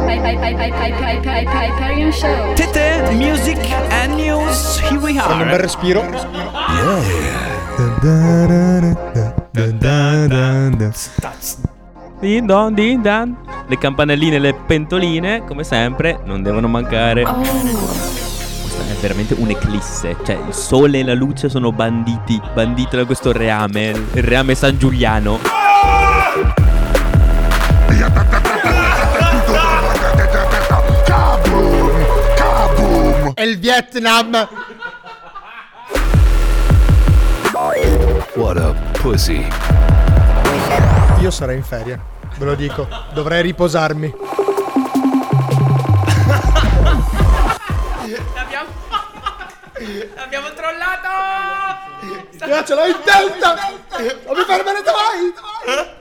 Hyperion Show. Tete, music and news. Here we Con un bel are. respiro. Din don, din dan. Le campanelline e le pentoline, come sempre, non devono mancare. Questa è veramente un'eclisse. Cioè, il sole e la luce sono banditi da questo reame. Il reame San Giuliano. È il Vietnam. What a pussy. Io sarei in ferie, ve lo dico. Dovrei riposarmi. L'abbiamo trollato! Ce l'ho in testa! Non mi fermerete mai!